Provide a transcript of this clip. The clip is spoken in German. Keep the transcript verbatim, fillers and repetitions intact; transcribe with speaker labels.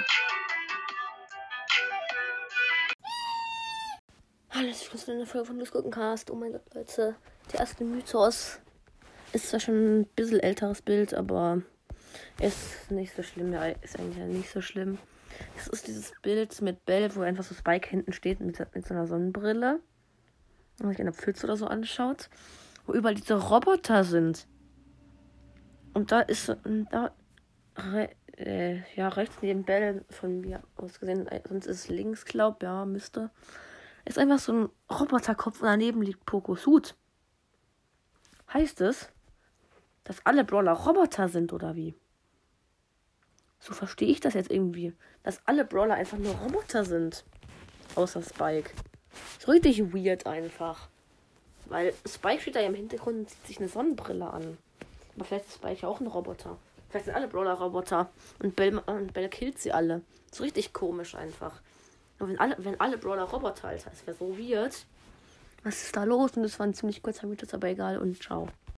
Speaker 1: Hallo, ich bin in der Folge von Lustgurkencast. Oh mein Gott, Leute. Der erste Mythos ist zwar schon ein bisschen älteres Bild, aber ist nicht so schlimm. Ja, ist eigentlich nicht so schlimm. Es ist dieses Bild mit Belle, wo einfach so Spike hinten steht mit, mit so einer Sonnenbrille. Und sich eine Pfütze oder so anschaut. Wo überall diese Roboter sind. Und da ist so, da, re, äh, ja, rechts neben Belle von mir aus gesehen, sonst ist es links, glaub, ja, müsste. Ist einfach so ein Roboterkopf und daneben liegt Pokos Hut. Heißt es, dass alle Brawler Roboter sind, oder wie? So verstehe ich das jetzt irgendwie. Dass alle Brawler einfach nur Roboter sind. Außer Spike. So richtig weird einfach. Weil Spike steht da ja im Hintergrund und zieht sich eine Sonnenbrille an. Aber vielleicht ist Spike ja auch ein Roboter. Vielleicht sind alle Brawler Roboter. Und Belle, und Belle killt sie alle. So richtig komisch einfach. Und wenn alle, wenn alle Brawler Roboter, Alter, das wäre so weird. Was ist da los? Und das war ein ziemlich kurzer Mythos, aber egal und ciao.